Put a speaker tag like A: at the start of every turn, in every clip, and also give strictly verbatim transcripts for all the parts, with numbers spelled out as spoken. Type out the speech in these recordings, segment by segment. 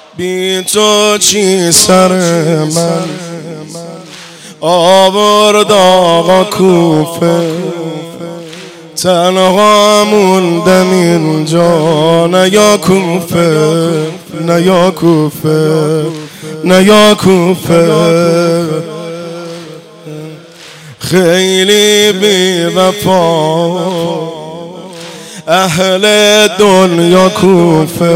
A: بی تو چی سر من آورد آقا کوفه، تنها موندم اینجا، نه یا کوفه نه یا کوفه نه یا کوفه. خیلی بی وفا اهل دنیا کوفه،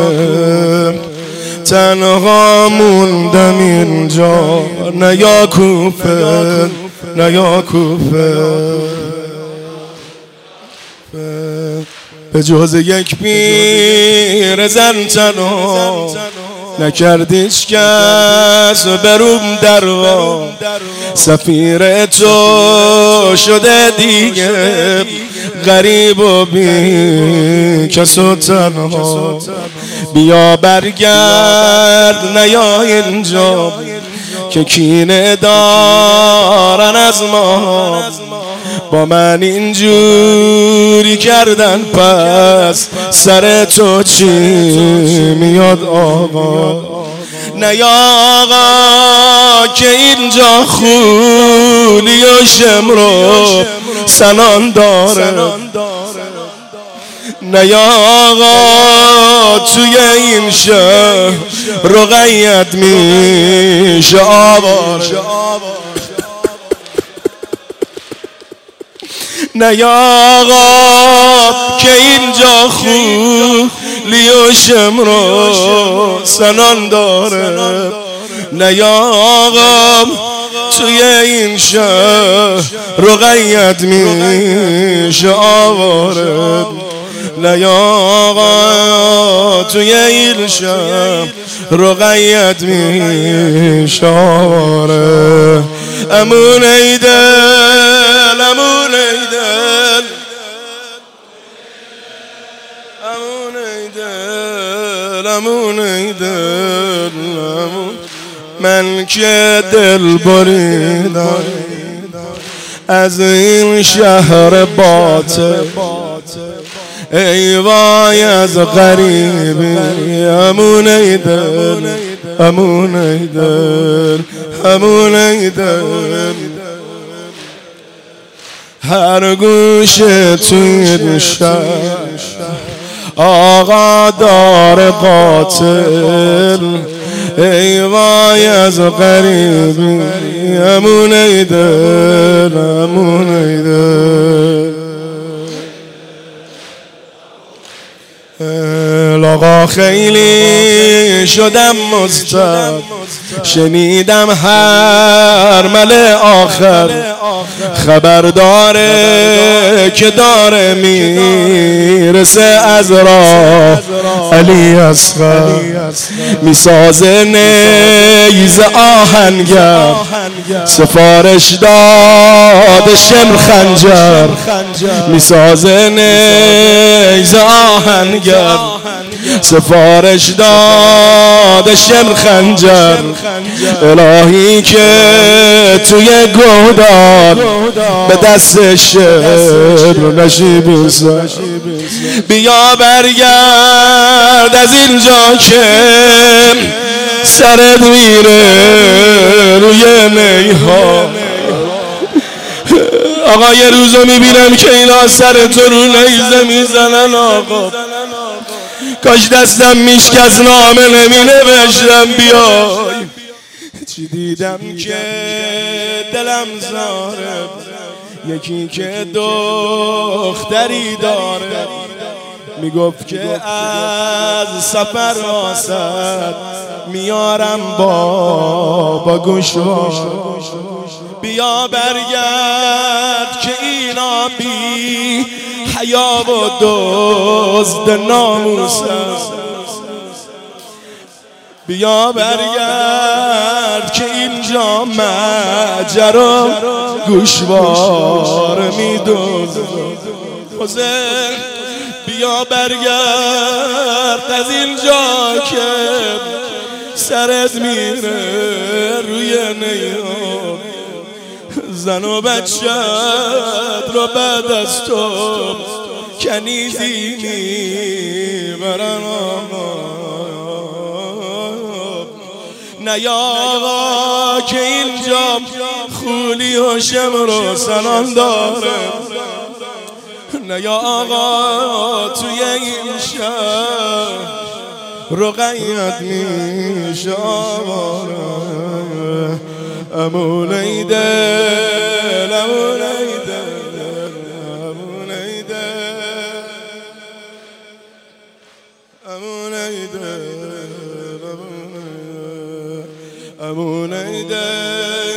A: تنها موندم اینجا، نه یا کوفه نه یا کوفه. به جز یک پیر زن تنها نکرد هیچ کس بروم دروا، سفیر تو شده دیگه غریب و بی کس و تنها. بیا برگرد نیا اینجا که کینه دارن از ما، با من اینجوری کردن پس سر تو چی میاد آقا؟ نیا آقا که اینجا خولی و شمرو سنان داره، نیا آقا توی این شهر رقیت میشه آواره، نیا آقا که اینجا خولی و شمرو سنان داره، نیا آقا توی این شهر رقیت میشه آواره، نیا آقا توی این شهر رقیت میشه آواره. امون ایدل امون ایدل امون ایدل امون ایدل من که دل بریدم از این شهر باطل، ای وای از غریبی. امون ایدل امون ایدل امون ایدل هر گوشه توی شهر آقا دار قاتل، ای وای از غریبی. امون ایدل امون ایدل آقا خیلی شدم مضطرب، شنیدم هر مل آخر خبر داره که داره میرسه از راه علی اصغر، میسازه نیز آهنگر سفارش داد شمر خنجر، میسازه نیز آهنگر سفارش داد شمر خنجر. الهی که توی گودار به دست شمر نشیبی سر، بیا برگرد از اینجا که سرت میره روی نیها. آقا یه روزو میبینم که اینا سر تو رو نیزه میزنن آقا، کاش دستم میشکست نامه نمی نوشتم بیای. چی دیدم که دلم زاره، یکی که دختری داره میگفت که از سفر واسد میارم بابا گوشوار. بیا برگرد که اینا بی حیا و دزد ناموسن، بیا برگرد که اینجا ماجرا گوشوار میدوزه. بیا برگرد از اینجا که سرت میره روی نیام، زن و بچت رو بعد از تو کنیزی میبرن. نه یا آقا که اینجا خولی و شمر و سنان داره، نه یا آقا توی این شهر رقیت میشه امون ایدل امون ایدل امون ایدل امون ایدل امون ایدل